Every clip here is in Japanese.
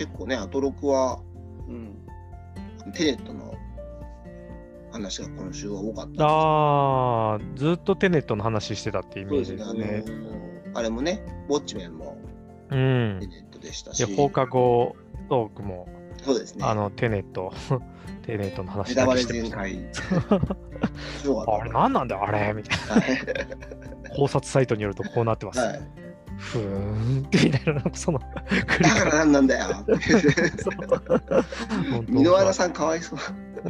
結構ね、アトロクは、 うん、 テネットの話が今週は多かったです。 ああ、ずっとテネットの話してたってイメージですそうね。 ですね。あれもね、ウォッチメンもうん。 テネットでしたし、 で、放課後トークも、 そうですね。 テネットの話ネタバレしてました。 全開。面白かったあれ、何なんだよ、あれみたいな。 はい。 考察サイトによるとこうなってます。 はい。 ふーんってみたいな、その、繰りだから返何なんだよ。 本当箕輪田さんかわいそう。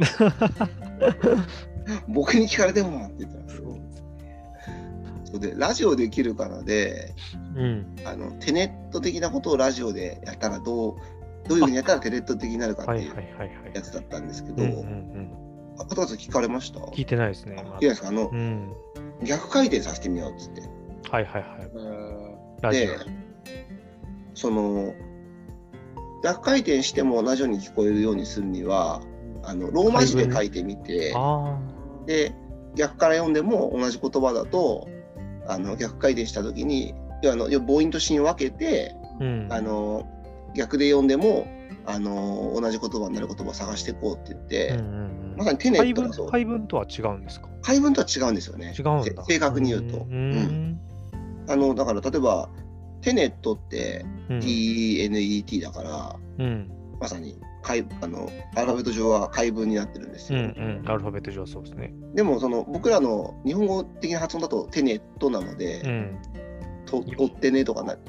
僕に聞かれてもって言ってますよ。そうで、ラジオできるかなで、 うん。 テネット的なことをラジオでやったらどういうふうにやったらテネット的になるかっていうはいはいはいはい。 やつだったんですけど、 うんうんうん。 片方聞かれました？ 聞いてないですね。 いいですか？ うん。 逆回転させてみようっつって。 はいはいはい。ラジで、その逆回転しても同じように聞こえるようにするには、ローマ字で書いてみて、で逆から読んでも同じ言葉だと逆回転した時に母音と子音を分けて、 うん、 逆で読んでも同じ言葉になる言葉を探していこうって言って、まさにテネットがそう。 配分とは違うんですか？配分とは違うんですよね。 違うんだ。 正確に言うと。だから例えばテネットって TNET だから、まさにアルファベット上は解文になってるんですよ。 アルファベット上はそうですね。 でも僕らの日本語的な発音だとテネットなので、とってねとかネ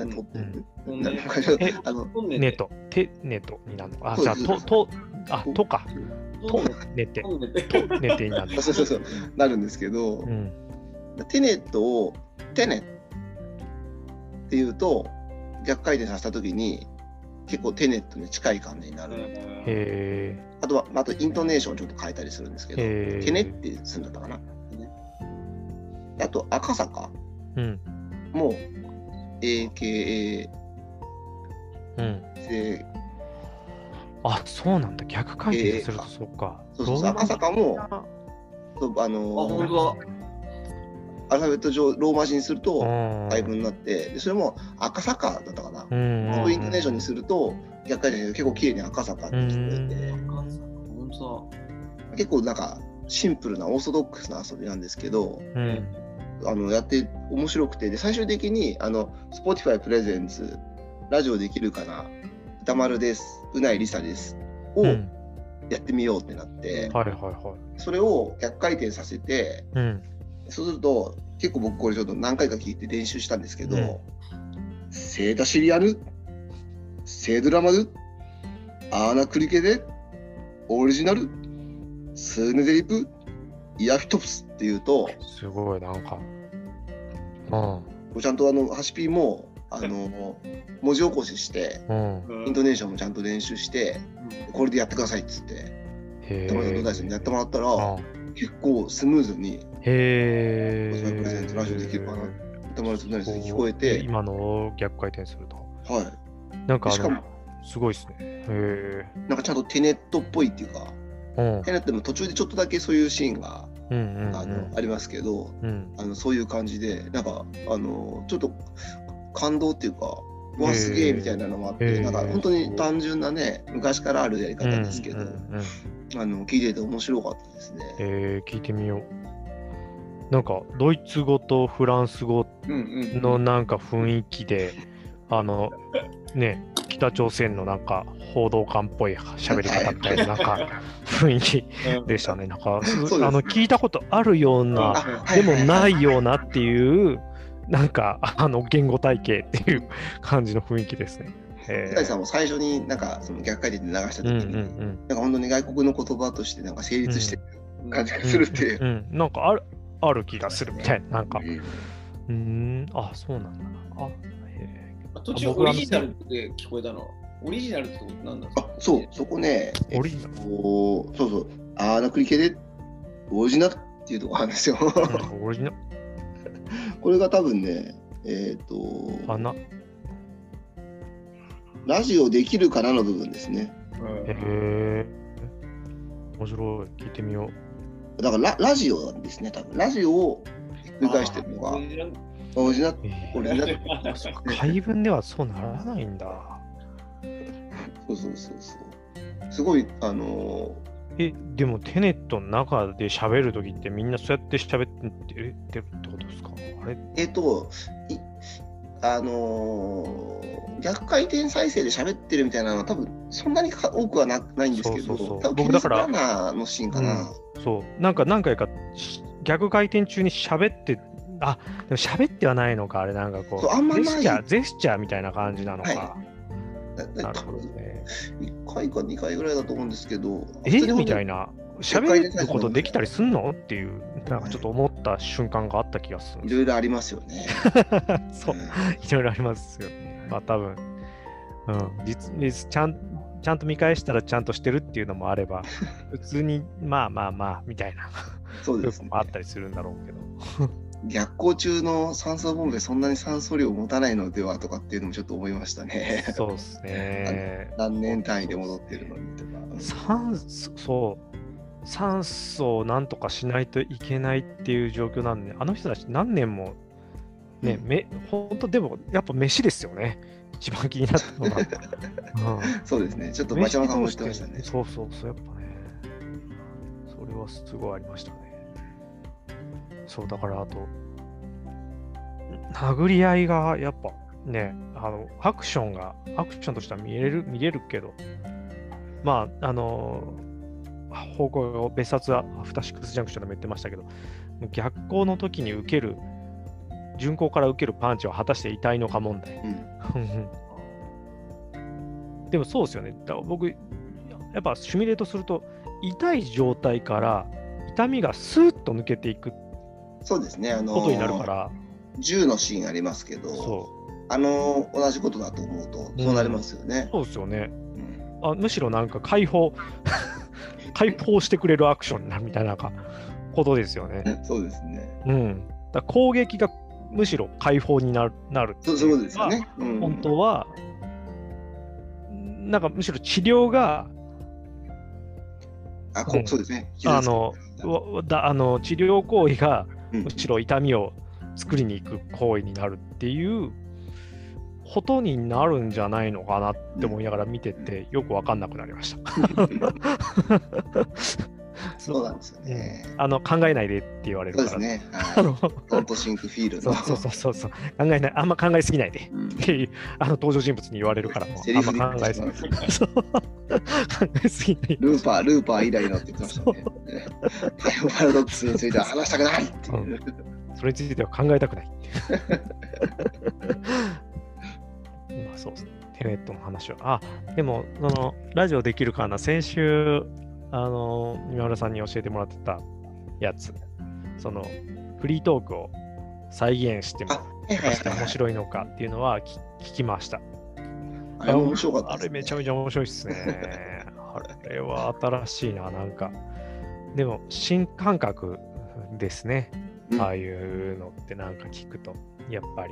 ト、テネトになるのか。じゃあ、とか。とねてになる。 そうなるんですけど、テネットをテネっていうと逆回転させたときに結構テネットに近い感じになる。あとイントネーションをちょっと変えたりするんですけど、テネってするんだったかな。あと赤坂も AKA そうなんだ。逆回転するとそうか。 そう赤坂も本当だ。 アルファベット上ローマ字にすると解文になって、でそれも赤坂だったかな。そういうイントネーションにすると逆回転で結構綺麗に赤坂って聞こえて、 本当だ。結構なんかシンプルなオーソドックスな遊びなんですけど、やって面白くて、で最終的にSpotify プレゼンツラジオできるかな、歌丸です、うないりさですをやってみようってなって、それを逆回転させて、そうすると結構僕これちょっと何回か聞いて練習したんですけど、セータシリアヌ、セードラマル、アーナクリケデ、オリジナル、スーネデリプ、イヤフィトプスっていうと、 すごいなんか、 ちゃんとハシピーも文字起こしして、イントネーションもちゃんと練習して、これでやってくださいっつって玉井さんと大さんにやってもらったら、結構スムーズにプレゼントラジオできるかな、玉井さんと大さんに聞こえて、 今の逆回転すると、 なんかしかもすごいですね。 なんかちゃんとテネットっぽいっていうか、テネットの途中でちょっとだけそういうシーンがありますけど、そういう感じでなんかちょっと感動っていうか、わすげえみたいなのもあって、なんか本当に単純なね、昔からあるやり方ですけど、聞いてて面白かったですね。 聞いてみよう。なんかドイツ語とフランス語のなんか雰囲気で、ね、北朝鮮のなんか報道官っぽい喋り方みたいななんか雰囲気でしたね。なんか聞いたことあるような、でもないようなっていうなんか言語体系っていう感じの雰囲気ですね。 大さんも最初になんかその逆回転で流した時に、なんか本当に外国の言葉としてなんか成立してる感じがするっていう、 なんかある気がするみたいな、なんかそうなんだな。 途中オリジナルって聞こえたの。オリジナルって何なんですか？ そこね、そうアーナクリケでオリジナルっていうところなんですよ。 オリジナルこれが多分ね、ラジオできるかなの部分ですね。 面白い。聞いてみよう。だからラジオなんですね、多分。ラジオを繰り返してるのがオリジナル。 解文ではそうならないんだ。 そうすごいでもテネットの中で喋るときってみんなそうやって喋ってるってことですか？あれ逆回転再生で喋ってるみたいなのは多分そんなに多くはないんですけど、多分僕だからケネス・ブラナーのシーンかな、 そうなんか何回か逆回転中に喋ってでも喋ってはないのか、あれなんかこうあんまないジェスチャーみたいな感じなのか、 はい、 なるほどね。 1回か2回ぐらいだと思うんですけど、 みたいな喋ることできたりすんのっていうなんかちょっと思った瞬間があった気がする。 いろいろありますよね。 そう、いろいろありますよね。まあ多分、ちゃんと見返したらちゃんとしてるっていうのもあれば、普通にまあみたいなそうですね。 あったりするんだろうけど。 逆行中の酸素ボンベそんなに酸素量を持たないのではとかっていうのもちょっと思いましたね。 そうですね。 何年単位で戻ってるのにとか。 酸素をなんとかしないといけないっていう状況なんで、あの人たち何年もね、本当でもやっぱ飯ですよね。一番気になったのが。 そうですね。ちょっと町山さんも言ってましたね。 そうやっぱね。それはすごいありましたね。そうだからあと殴り合いがやっぱね、アクションとしては見れるけど、まあ方向別冊はアフターシックスジャンクションでも言ってましたけど、逆行の時に順行から受けるパンチは果たして痛いのか問題。でもそうですよね。僕やっぱシミュレートすると痛い状態から痛みがスーッと抜けていく。 そうですね。 ことになるから。 銃のシーンありますけど、同じことだと思うとそうなりますよね。 そうですよね。むしろなんか解放してくれるアクションになるみたいなことですよね。 そうですね。 だ攻撃がむしろ解放になるっていう。 そうですよね。 本当はなんかむしろ治療がそうですね。 治療行為がむしろ痛みを作りに行く行為になるっていうことになるんじゃないのかなって思いながら見ててよく分かんなくなりました。 そうなんですよね。 考えないでって言われるから。 そうですね。Don't think feel の。 そう。あんま考えすぎないでっていう登場人物に言われるからもあんま考えすぎない。考えすぎない。 ルーパー以来のって言ってましたね。タイムパラドックスについては話したくないっていう。 それについては考えたくない。まあそうですね。テネットの話は。でもラジオできるかな、先週今村さんに教えてもらってたやつ、フリートークを再現しても面白いのかっていうのは聞きました。 あれ面白かったですね。 あれめちゃめちゃ面白いですね。あれは新しいな、なんか。でも新感覚ですね。ああいうのってなんか聞くとやっぱり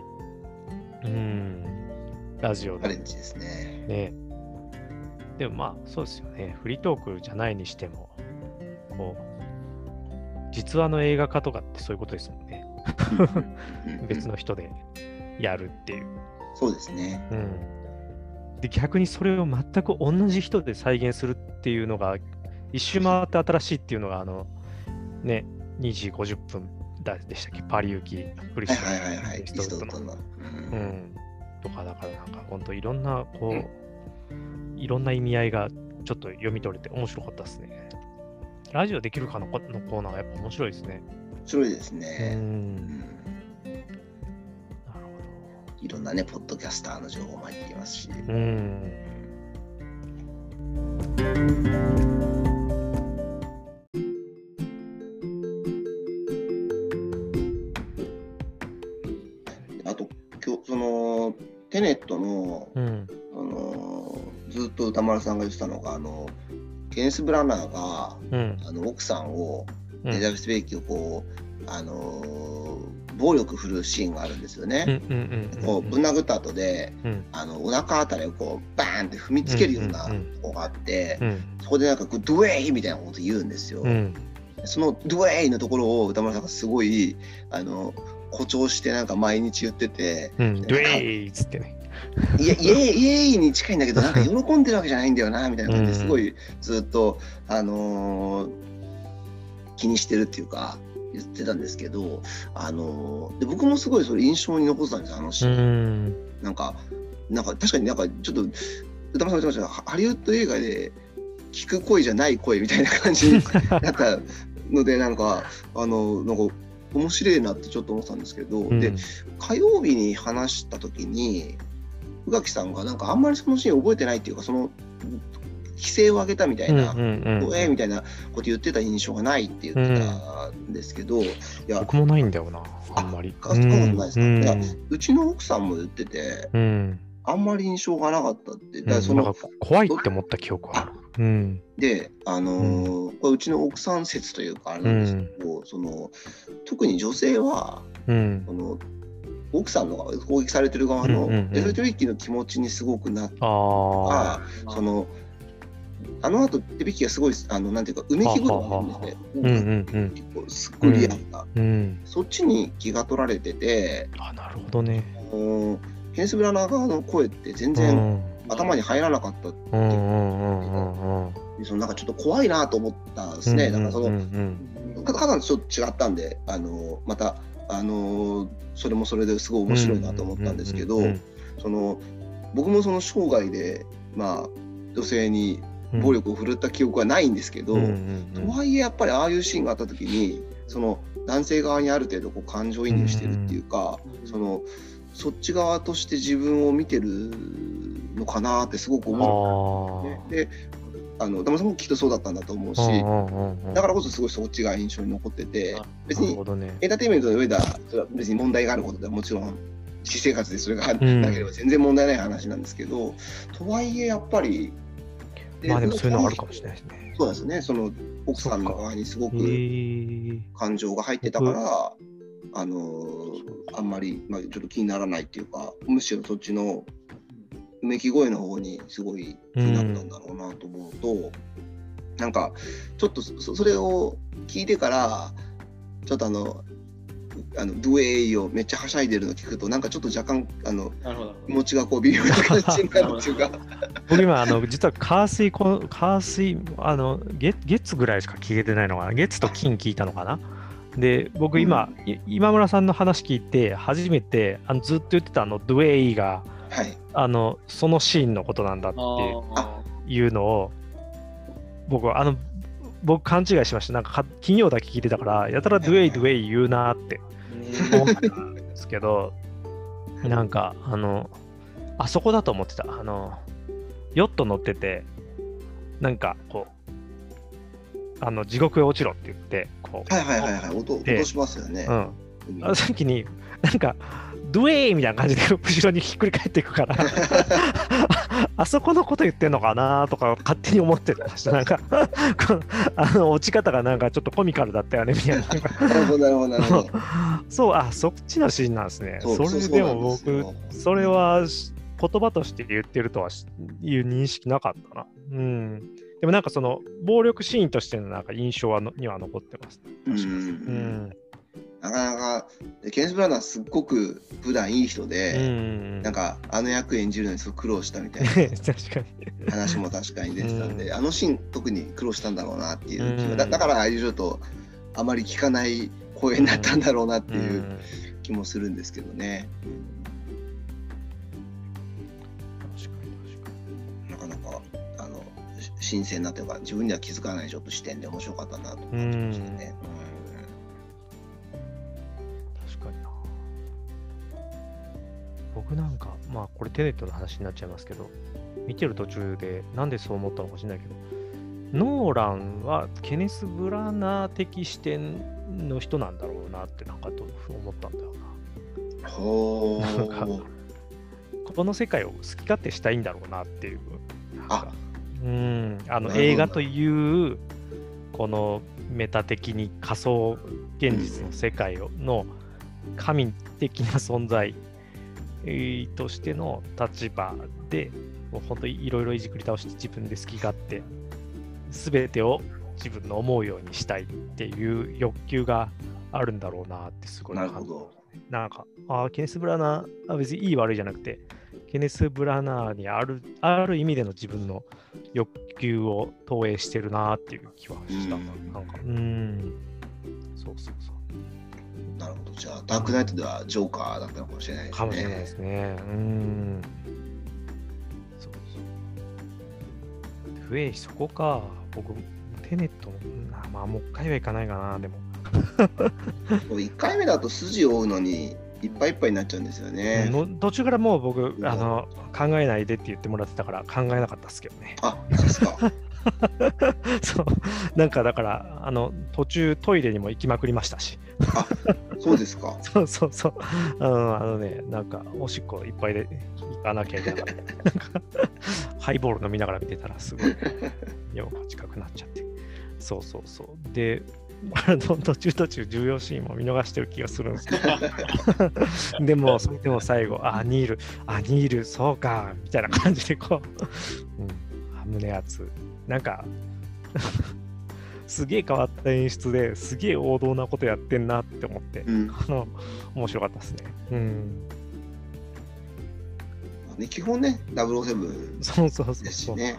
ラジオチャレンジですね。 でもまあそうですよね。フリートークじゃないにしてもこう実話の映画化とかってそういうことですもんね。別の人でやるっていう。 そうですね。 で逆にそれを全く同じ人で再現するっていうのが一周回って新しいっていうのが2時50分でしたっけ、パリ行きクリストフのとか、だからなんか本当いろんないろんな意味合いがちょっと読み取れて面白かったですね。ラジオできるかのコーナーはやっぱ面白いですね。 面白いですね。 なるほど。いろんなねポッドキャスターの情報も入ってきますし。あとテネットの、ずっと歌丸さんが言ってたのがケネス・ブラナーが、奥さんをエリザベス・ベイキを暴力振るうシーンがあるんですよね。ぶん殴った後で、お腹あたりをバーンって踏みつけるようなとこがあって、そこでなんかドゥエイみたいなこと言うんですよ。そのドゥエイのところを歌丸さんがすごい誇張してなんか毎日言ってて、 ドゥエイっつってね。 いやイエーイに近いんだけど、なんか喜んでるわけじゃないんだよなみたいな感じですごいずっと、気にしてるっていうか言ってたんですけど、で僕もすごいそれ印象に残ってたんです話。なんか確かになんかちょっと歌丸さん言ってましたが、ハリウッド映画で聞く声じゃない声みたいな感じになったので、なんか面白いなってちょっと思ってたんですけど、で火曜日に話した時に宇垣さんがなんかあんまりそのシーン覚えてないっていうか、その規制を上げたみたいな、みたいなこと言ってた印象がないって言ってたんですけど、いや僕もないんだよな、あんまり。 そんなことないですか。いやうちの奥さんも言ってて、あんまり印象がなかったって。だからなんか怖いって思った記憶はある。 で、これうちの奥さん説というかあれなんですけど、特に女性は、奥さんの攻撃されてる側のエゾテリッキーの気持ちにすごくなった。あの後手引きがすごいなんていうかうめき声があるんですね。すっごいリアルな。そっちに気が取られてて。 なるほどね。 ケネス・ブラナー側の声って全然頭に入らなかったっていう、なんかちょっと怖いなと思ったんですね。だから肌ちょっと違ったんで、またそれもそれですごい面白いなと思ったんですけど、僕もその生涯で女性に暴力を振るった記憶はないんですけど、とはいえやっぱりああいうシーンがあった時に男性側にある程度感情移入してるっていうか、そっち側として自分を見てるのかなってすごく思うんですよね。で、玉さんもきっとそうだったんだと思うし、だからこそすごいそっちが印象に残ってて、別にエンターテインメントの上ではそれは別に問題があることではもちろん私生活でそれがなければ全然問題ない話なんですけど、とはいえやっぱりでもそういうのあるかもしれないですね。 そうですね。その奥さんの側にすごく感情が入ってたから、あんまり、ちょっと気にならないっていうか、むしろそっちのうめき声の方にすごい気になったんだろうなと思うと、なんかちょっとそれを聞いてからちょっとドゥエイをめっちゃはしゃいでるの聞くと、なんかちょっと若干気持ちが微妙な感じになるっていうか僕今実は火水月ぐらいしか聞けてないのかな。月と金聞いたのかな。で僕今、今村さんの話聞いて初めてずっと言ってたドゥエイが、そのシーンのことなんだっていうのを僕勘違いしました。なんか金曜だけ聞いてたからやたらドゥエイ言うなって思ったんですけど、なんかあそこだと思ってた。ヨット乗っててなんか地獄へ落ちろって言って落としますよね。 あの時になんかドゥエイみたいな感じで後ろにひっくり返っていくからあそこのこと言ってんのかなとか勝手に思ってました。なんか落ち方がなんかちょっとコミカルだったよねみたいな。 なるほどそう、そっちのシーンなんですね。それでも僕それは言葉として言ってるとはいう認識なかったな。でもなんかその暴力シーンとしてのなんか印象には残ってます。 なかなかケネス・ブラナーすっごく普段いい人で、なんか役演じるのにすごく苦労したみたいな話も確かに出てたんで、あのシーン特に苦労したんだろうなっていう気が、だからああいうちょっとあまり聞かない声になったんだろうなっていう気もするんですけどね。なかなか新鮮なというか自分には気づかないちょっと視点で面白かったなと思ってましたね。 確かにな。僕なんかこれテネットの話になっちゃいますけど、見てる途中でなんでそう思ったのかもしれないけど、ノーランはケネス・ブラナー的視点の人なんだろうなってなんかと思ったんだよな。なんかこの世界を好き勝手したいんだろうなっていう。映画というこのメタ的に仮想現実の世界の神的な存在としての立場でもう本当にいろいろいじくり倒して自分で好き勝手全てを自分の思うようにしたいっていう欲求があるんだろうなってすごい感じ。 なるほど。 なんかケネス・ブラナーは別にいい悪いじゃなくて、 ケネス・ブラナーにある意味での自分の欲求を投影してるなっていう気はした。なんかそうそうそう。 なるほど。じゃあダークナイトではジョーカーだったのかもしれないですね。 かもしれないですね。そうそう。不衛そこか。僕テネットまあもう一回はいかないかなでも。 1回目だと筋を追うのにいっぱいいっぱいになっちゃうんですよね。 途中からもう僕考えないでって言ってもらってたから考えなかったですけどね。 あ、そうですか。 そうなんかだから途中トイレにも行きまくりましたし。 あ、そうですか。 そうそうそう。なんかおしっこいっぱいで行かなきゃいけなかった。なんかハイボール飲みながら見てたらすごい量が近くなっちゃって。そうそうそう。で途中重要シーンも見逃してる気がするんですけどでも最後ニールそうかみたいな感じでこう、胸熱なんかすげえ変わった演出ですげえ王道なことやってんなって思って、面白かったですね。 基本ね007ですしね。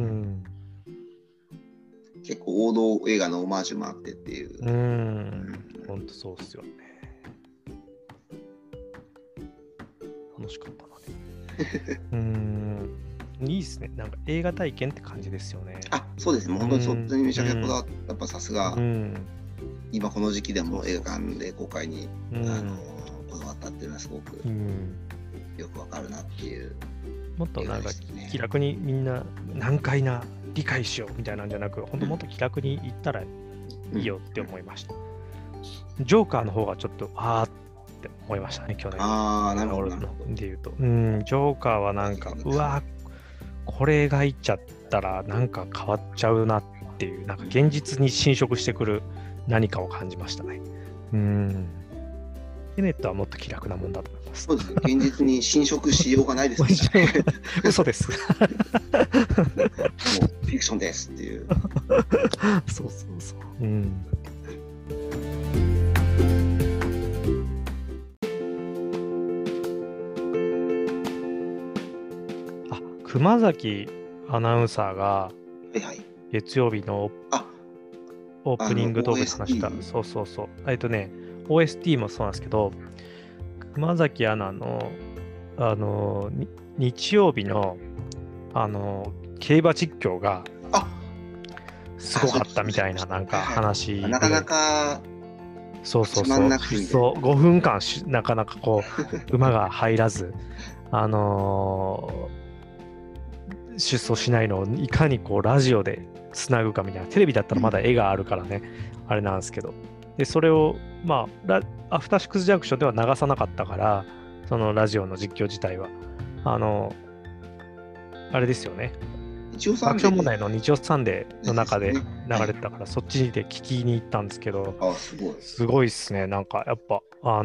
結構王道映画のオマージュもあってっていう。 本当そうっすよね。楽しかったなね。いいっすね。なんか映画体験って感じですよね。 あ、そうですね。本当にそっちにめちゃくちゃこだわって、やっぱさすが、今この時期でも映画館で公開にこだわったっていうのはすごくよくわかるなっていう。 もっとなんか気楽にみんな難解な理解しようみたいなんじゃなく、本当もっと気楽に言ったらいいよって思いました。ジョーカーの方がちょっとって思いましたね、去年。 なるほど。 で言うと、ジョーカーはなんかこれがいっちゃったらなんか変わっちゃうなっていう、なんか現実に侵食してくる何かを感じましたね。テネットはもっと気楽なもんだと思います。 そうですね。現実に侵食しようがないですね。 嘘です。もうフィクションですっていう。 そう。熊崎アナウンサーが月曜日のオープニング動画で話した。そう。OST もそうなんですけど、熊崎アナの日曜日の競馬実況がすごかったみたいななんか話で、 なかなか 5分間なかなかこう馬が入らず出走しないのをいかにこうラジオでつなぐかみたいな。テレビだったらまだ絵があるからね、あれなんですけど、でそれをアフターシックスジャンクションでは流さなかったから、そのラジオの実況自体はあれですよね、爆笑問題の日曜サンデーの中で流れてたから、そっちで聞きに行ったんですけど、すごいっすね。なんかやっぱ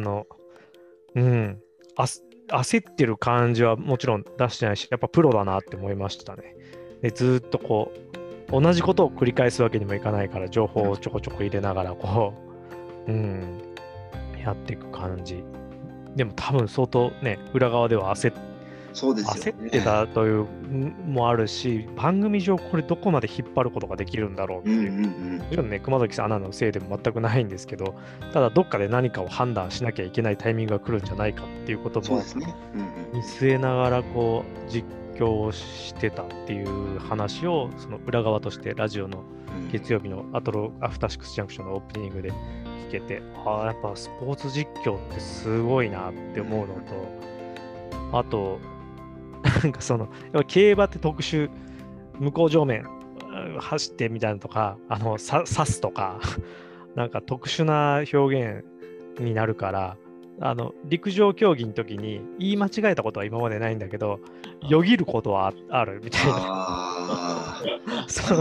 焦ってる感じはもちろん出してないし、やっぱプロだなって思いましたね。でずっとこう同じことを繰り返すわけにもいかないから、情報をちょこちょこ入れながらこうやっていく感じ。でも多分相当ね、裏側では焦ってたというもあるし、番組上これどこまで引っ張ることができるんだろうっていう、もちろんね、熊崎さんアナのせいでも全くないんですけど、ただどっかで何かを判断しなきゃいけないタイミングが来るんじゃないかっていうことも見据えながらこう実況をしてたっていう話を、その裏側としてラジオの月曜日のアフターシックスジャンクションのオープニングで聞けて、やっぱスポーツ実況ってすごいなって思うのと、あとなんかやっぱ競馬って特殊、向こう上面走ってみたいなとか、刺すとかなんか特殊な表現になるから、陸上競技の時に言い間違えたことは今までないんだけど、よぎることはあるみたいな。そう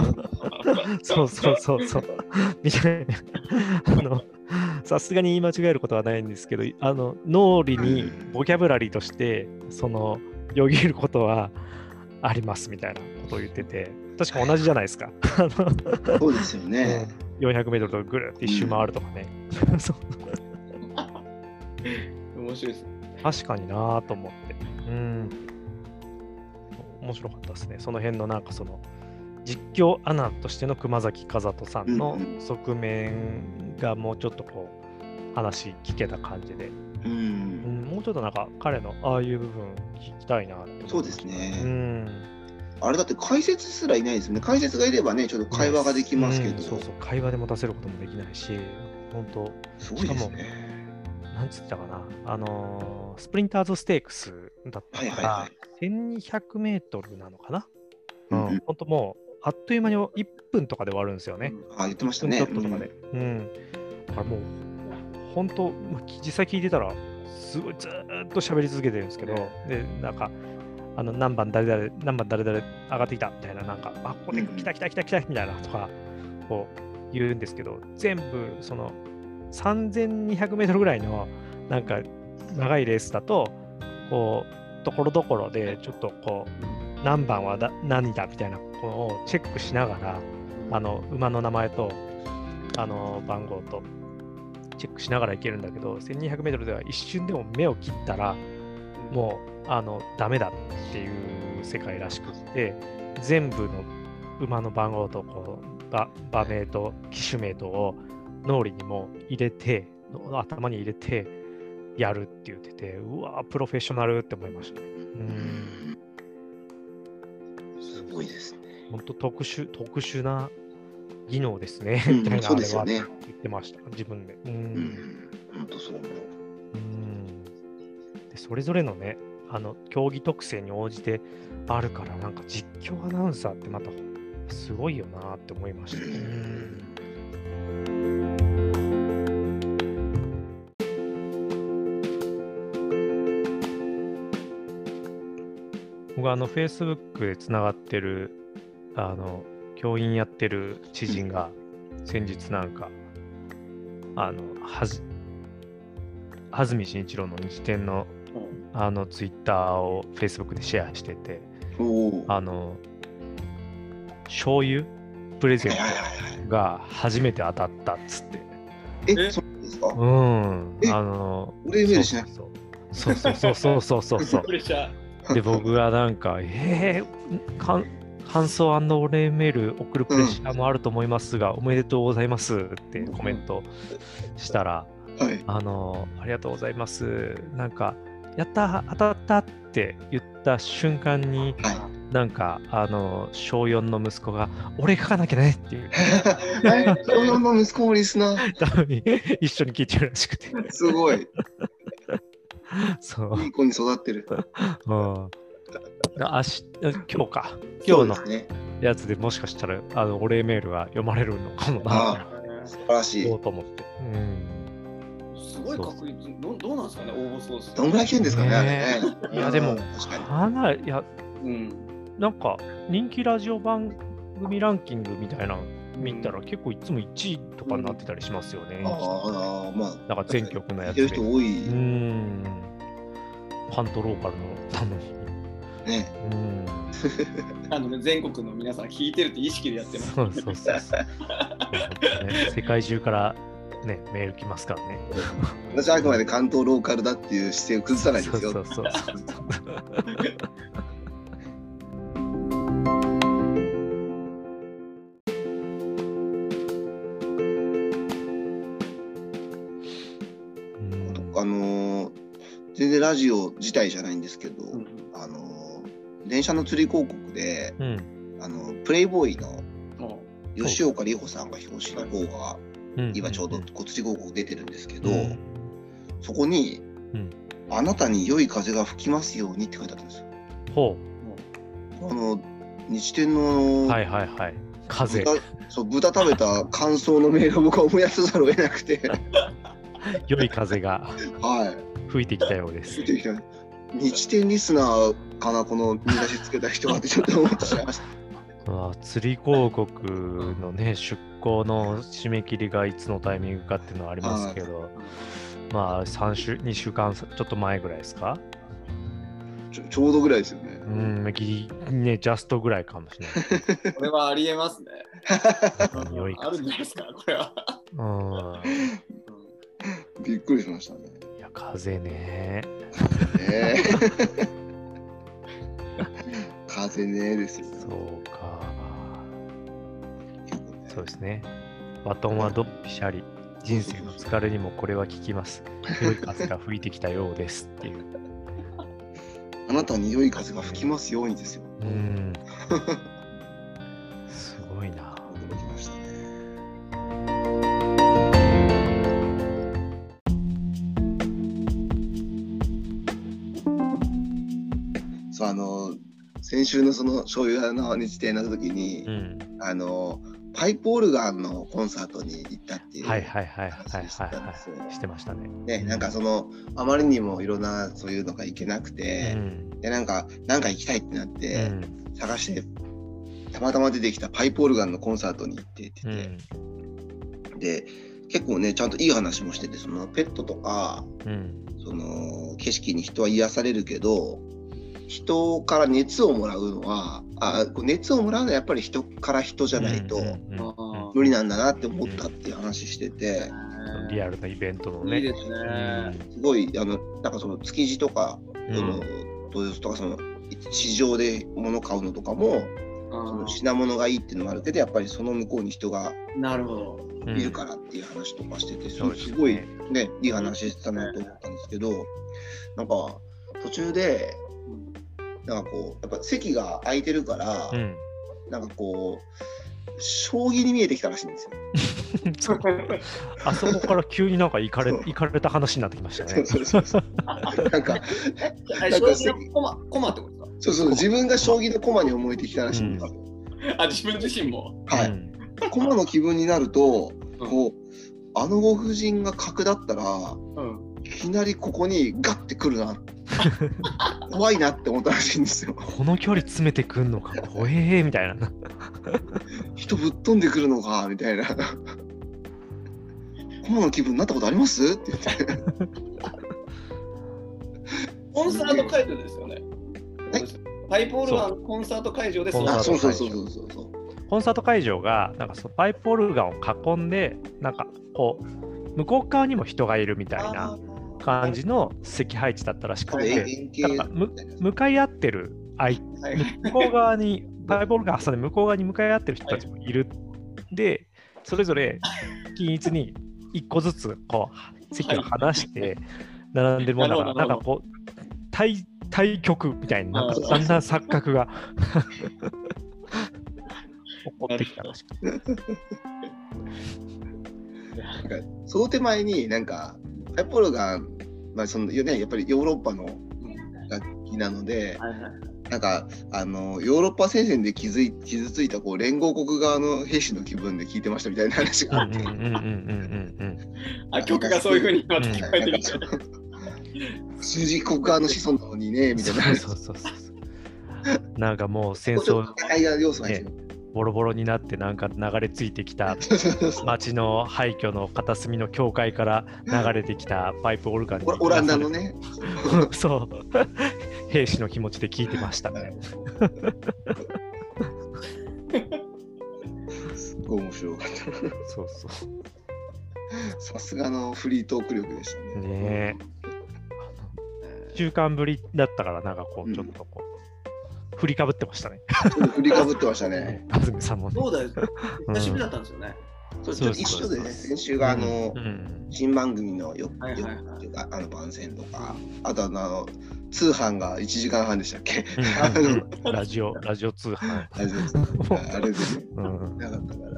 みたいな。さすがに言い間違えることはないんですけど、脳裏にボキャブラリーとしてよぎることはありますみたいなことを言ってて、確か同じじゃないですか。 そうですよね。 400メートルとぐるって一周回るとかね。 面白いですね。 確かになぁと思って。 面白かったですね。その辺のなんかその実況アナとしての熊崎和人さんの側面がもうちょっとこう話聞けた感じで、もうちょっとなんか彼のああいう部分聞きたいなって思いました。 そうですね。あれだって解説すらいないですよね。解説がいればね、ちょっと会話ができますけど。 そうそう、会話で持たせることもできないし、本当、 すごいですね。 なんつったかな、スプリンターズステークスだったから、1200メートルなのかな。本当もう、あっという間に1分とかで終わるんですよね。 言ってましたね。 1分ちょっととかで。だからもう、本当、実際聞いてたら、すごいずーっと喋り続けてるんですけど、で、なんか、何番誰々上がってきたみたいな、なんか、ここで来たみたいなとか、こう言うんですけど、全部、その、3200メートルぐらいの、なんか、長いレースだと、こう、ところどころで、ちょっとこう、何番は何だみたいなのをチェックしながら、馬の名前と、番号と、チェックしながらいけるんだけど、1200メートルでは一瞬でも目を切ったら、もう、ダメだっていう世界らしくって、全部の馬の番号とこう馬名と騎手名とを脳裏にも入れて、頭に入れてやるって言ってて、うわプロフェッショナルって思いましたね。 すごいですね。 本当特殊な技能ですね、みたいなあれは言ってました、自分で。 本当そう思う。 でそれぞれのね、競技特性に応じてあるから、なんか実況アナウンサーってまたすごいよなって思いましたね。僕Facebook でつながってる教員やってる知人が先日なんか安住紳一郎の日天のツイッターを Facebook でシェアしてて、醤油プレゼントが初めて当たったっつって。 そうですか？ 俺メールしない。そうで、僕がなんか感想&お礼メール送るプレッシャーもあると思いますが、おめでとうございますってコメントしたら、ありがとうございます。なんか、やった当たったって言った瞬間に、なんか小4の息子が俺書かなきゃねっていう小4の息子もリスナー多分一緒に聞いてるらしくて、 すごいそういい子に育ってる。 今日のやつでもしかしたらお礼メールが読まれるのかもな。 素晴らしいと思って。 すごい確率、どうなんですかね、応募総数。 どんぐらい来てるんですかね、あれね。 いや、でも、かなり、なんか、人気ラジオ番組ランキングみたいなの見たら、結構いつも1位とかになってたりしますよね。なんか全局のやつで。 人多い。 パントローカルのために。 全国の皆さん聞いてるって意識でやってます。 そう。世界中からね、メール来ますからね。 私はあくまで関東ローカルだっていう姿勢を崩さないですよ。 そう。 全然ラジオ自体じゃないんですけど、電車の釣り広告で、プレイボーイの吉岡里帆さんが表紙の方が今ちょうど釣り広告出てるんですけど、そこに、あなたに良い風が吹きますようにって書いてあったんですよ。日天の風豚食べた感想のメールを僕は思い出さざるを得なくて良い風が吹いてきたようです。 日天リスナーかな、この見出しつけた人はってちょっと思ってしまいました。 釣り広告のね、出稿の締め切りがいつのタイミングかっていうのはありますけど、2週間ちょっと前ぐらいですか？ ちょうどぐらいですよね。 ジャストぐらいかもしれない。これはありえますね。あるんじゃないですか、これは。 びっくりしましたね。 いや、風ね。 風せねですよね。 そうか。そうですね。バトンはドンピシャリ。人生の疲れにもこれは効きます。良い風が吹いてきたようですっていう。 あなたに良い風が吹きますようにですよ。 すごいな。 驚きましたね。そう、先週のその醤油屋の日程の時に、パイプオルガンのコンサートに行ったっていう話したんですよね。 してましたね。 ね、なんかあまりにもいろんなそういうのが行けなくて、でなんか行きたいってなって、探してたまたま出てきたパイプオルガンのコンサートに行ってで結構ねちゃんといい話もしてて、そのペットとか、その景色に人は癒されるけど、人から熱をもらうのは熱をもらうのはやっぱり人から人じゃないと無理なんだなって思ったっていう話してて、 リアルなイベントのね。 いいですね。 すごいなんかその築地とか豊洲とかその市場で物買うのとかもその品物がいいっていうのもあるけど、やっぱりその向こうに人がいるからっていう話とかしてて、すごいねいい話してたなと思ったんですけど、なんか途中でなんかこうやっぱ席が空いてるから、なんかこう将棋に見えてきたらしいんですよ。 あそこから急になんか行かれた話になってきましたね。 なんか将棋の駒ってことですか？ そう自分が将棋の駒に思えてきたらしいんですよ。 自分自身も。 はい。駒の気分になると、こうご婦人が角だったら、いきなりここにガッてくるな。怖いなって思ったらしいんですよ。 この距離詰めてくんのか怖えみたいな。 人ぶっ飛んでくるのかみたいな。駒の気分になったことありますって言って。 コンサート会場ですよね。パイプオルガンコンサート会場です。 そう。 コンサート会場がなんかそのパイプオルガンを囲んで、なんかこう向こう側にも人がいるみたいな感じの席配置だったらしくて、なんか向かい合ってる向こう側にパイプオルガン挟んで向こう側に向かい合ってる人たちもいる。でそれぞれ均一に一個ずつこう席を離して並んでるものだから、なんかこう対局みたいな、なんかだんだん錯覚が起こってきたらしくて。 その手前になんかパイプオルガン、やっぱりヨーロッパの楽器なので、なんかヨーロッパ戦線で傷ついたこう連合国側の兵士の気分で聞いてましたみたいな話があって、 曲がそういう風にまた聞こえてきた。 数字国側の子孫なのにねみたいな。 そう。なんかもう戦争ボロボロになってなんか流れ着いてきた町の廃墟の片隅の教会から流れてきたパイプオルガンにオランダのねそう兵士の気持ちで聞いてましたね。 すごい面白かった。 そうさすがのフリートーク力でしたね。 ねえ。週間ぶりだったからなんかこうちょっとこう、振りかぶってましたね。 振りかぶってましたね。 安住さんもね。 そうだよ。久しぶりだったんですよね。 一緒でね、先週が新番組のよっていうか番宣とか、あと通販が1時間半でしたっけ？ ラジオ通販。 あれでなかったから。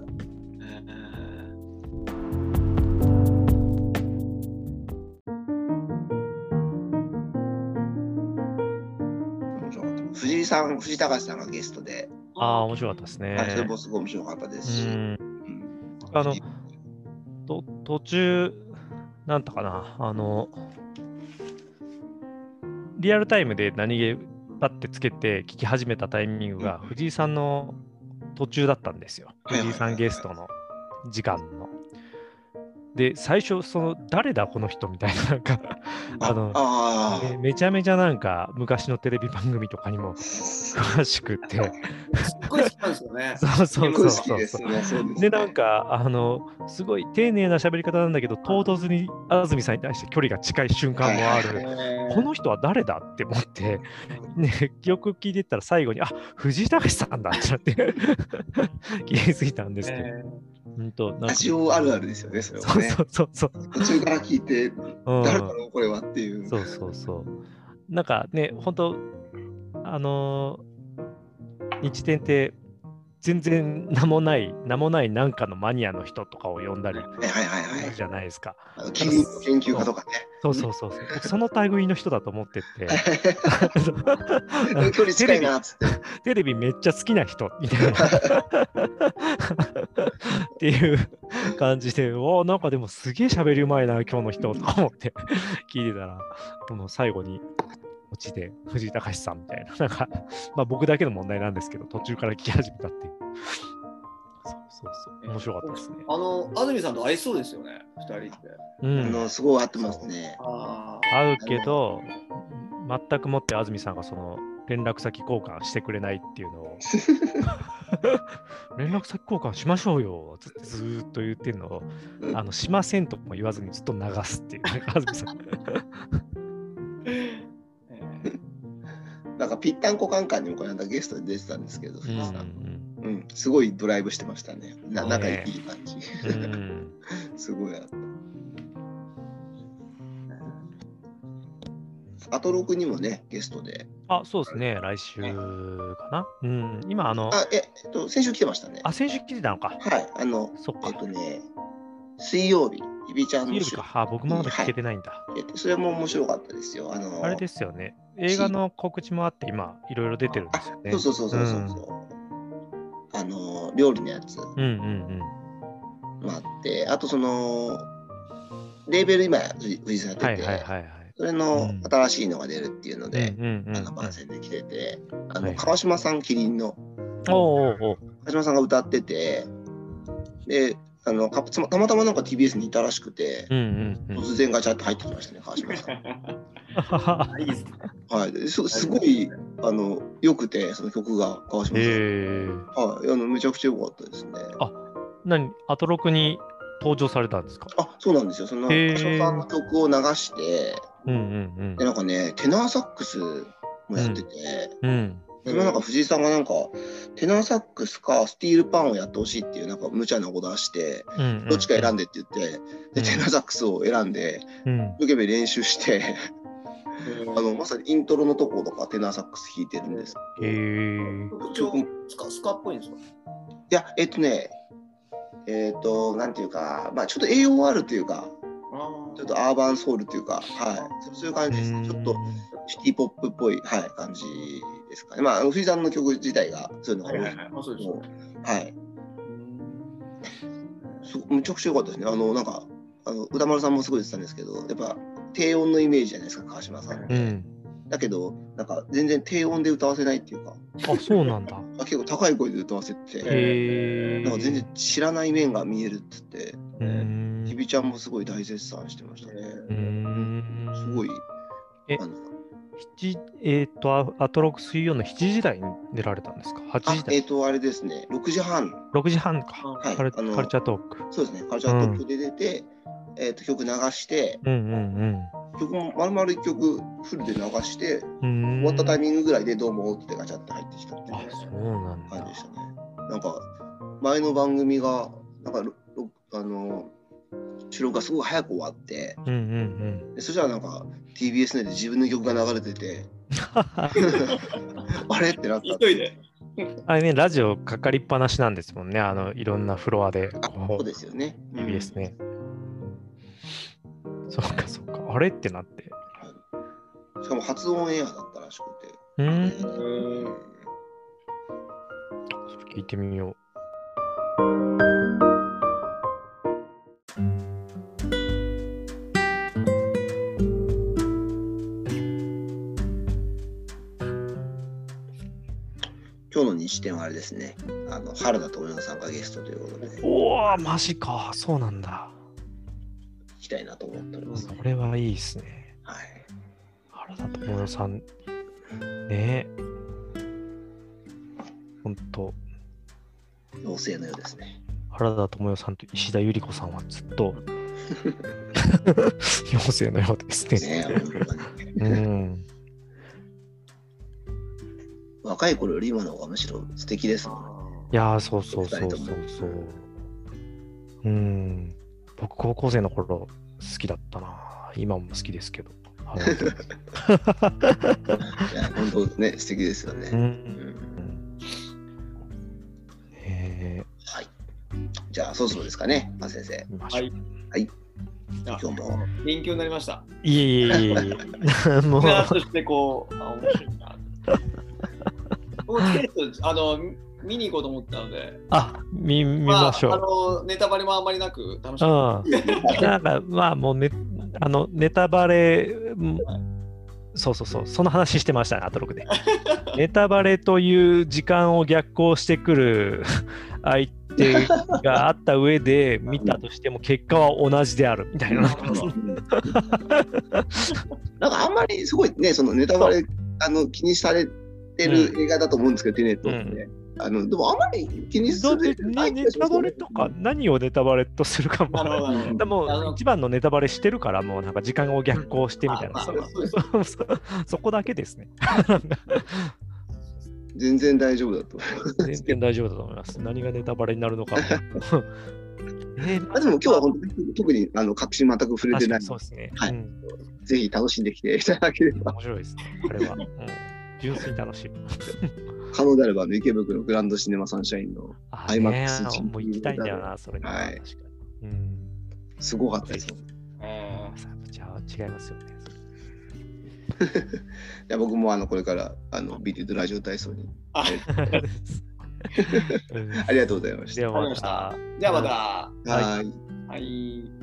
藤高さんがゲストで。 面白かったですね。 それもすごい面白かったですし。 途中、なんだかな、リアルタイムで何気パッてつけて聞き始めたタイミングが藤井さんの途中だったんですよ。藤井さんゲストの時間の。 で、最初、誰だこの人みたいな、なんか、めちゃめちゃなんか、昔のテレビ番組とかにも詳しくて。 すっごい好きなんですよね。 そう。で、なんか、すごい丁寧な喋り方なんだけど、唐突に安住さんに対して距離が近い瞬間もある。この人は誰だって思って、ね、よく聞いてたら最後に、藤井隆さんだってなって気づいたんですけど。 ラジオあるあるですよね、それはね。 そう。 途中から聞いて、誰だろう、これはっていう。 そう。なんかね、本当日天って全然名もないなんかのマニアの人とかを呼んだりじゃないですか。 キリンの研究家とかね。 そう。その類の人だと思ってて。 距離近いなっつって。 テレビめっちゃ好きな人みたいな。っていう感じで、なんかでもすげえ喋りうまいな、今日の人とか思って聞いてたら、最後に落ちて藤井隆さんみたいな、なんか、僕だけの問題なんですけど、途中から聞き始めたっていう。そう面白かったですね。 安住さんと合いそうですよね、2人って。すごい合ってますね。 合うけど、全くもって安住さんが連絡先交換してくれないっていうのを連絡先交換しましょうよつってずーっと言ってるのをしませんとも言わずにずっと流すっていう安住さんなんかぴったんこカンカンにもこの間ゲストで出てたんですけど、すごいドライブしてましたね。仲いい感じ。すごいあった。アトロクにもね、ゲストで。 そうですね、来週かな。今先週来てましたね。 先週来てたのか。 はい、 そっか。 水曜日、ひびちゃんの週。僕もまだ聞けてないんだ。 それも面白かったですよ。 あれですよね。映画の告知もあって、今、いろいろ出てるんですよね。 そう。料理のやつ。もあって、あとレーベル今、藤井さんやってて、それの新しいのが出るっていうので、番宣で来てて、川島さん、キリンの。川島さんが歌ってて、で、たまたまなんか TBS にいたらしくて、突然ガチャって入ってきましたね、川島さん。 いいですね。 はい、すごい良くて、その曲が川島さん。めちゃくちゃ良かったですね。 アトロクに登場されたんですか？ そうなんですよ。川島さんの曲を流して、でなんかね、テナーサックスもやってて、なんか藤井さんがなんかテナーサックスかスティールパンをやってほしいっていうなんか無茶なオーダーして、どっちか選んでって言って、でテナーサックスを選んで、一生懸命練習して。まさにイントロのところとかテナーサックス弾いてるんですスカっぽいんですか？ いや、なんていうか、ちょっと AOR というか、ちょっとアーバンソウルというか、そういう感じですね。ちょっとシティポップっぽい、感じですかね。藤井さんの曲自体がそういうのが多い。めちゃくちゃ良かったですね。なんか歌丸さんもすごい言ってたんですけど、やっぱ低音のイメージじゃないですか、川島さんって。だけど、なんか全然低音で歌わせないっていうか。 そうなんだ。 結構高い声で歌わせて、なんか全然知らない面が見えるっつって、ひびちゃんもすごい大絶賛してましたね。すごい。 アトロク水曜の7時台に出られたんですか？8時台。 あれですね、6時半。 6時半か。カルチャートーク。 そうですね、カルチャートークで出て、曲流して、曲も丸々1曲フルで流して、終わったタイミングぐらいでどうもってガチャって入ってきたっていう感じでしたね。なんか前の番組がなんか収録がすごい早く終わって、そしたらなんか TBS 内で自分の曲が流れててあれってなった。 あれね、ラジオかかりっぱなしなんですもんね、いろんなフロアで。 そうですよね。 TBS ね。そうか。あれってなって。 しかも初オンエアだったらしくて。 それ聞いてみよう。 今日の日展はあれですね。原田知世さんがゲストということで。 マジか、そうなんだ。 きたいなと思っております。 それはいいですね。 はい。 原田知世さん、ね、本当。 妖精のようですね。 原田知世さんと石田ゆり子さんはずっと妖精のようですね。 若い頃より今の方がむしろ素敵ですもん。 いやー、そう。僕、高校生の頃好きだったな。今も好きですけど。 いや、本当ね、素敵ですよね。はい。じゃあ、そろそろですかね、先生。 はい。 今日も勉強になりました。 いえ。 もう。そして面白いな。見に行こうと思ったので。 見ましょう。ネタバレもあんまりなく楽しかった。 なんかもうネタバレ、その話してましたね、アトロクで。ネタバレという時間を逆行してくる相手があった上で見たとしても結果は同じであるみたいな。なんかあんまりすごいね、そのネタバレ気にされてる映画だと思うんですけど、テネットって。でもあんまり気にするネタバレとか何をネタバレとするかも。でも一番のネタバレしてるからもうなんか時間を逆行してみたいな。そこだけですね。 全然大丈夫だと思います。 全然大丈夫だと思います。何がネタバレになるのか。 でも今日は本当に特に確信全く触れてない。 そうですね。 ぜひ楽しんできていただければ。 面白いですね。これは。純粋に楽しい。 可能であれば池袋グランドシネマサンシャインの IMAX もう行きたいんだよな、それに。 はい。すごかったですよ。 じゃあ違いますよね。 いや僕もこれからビリードラジオ体操に。ありがとうございました。 じゃあまた。 はい。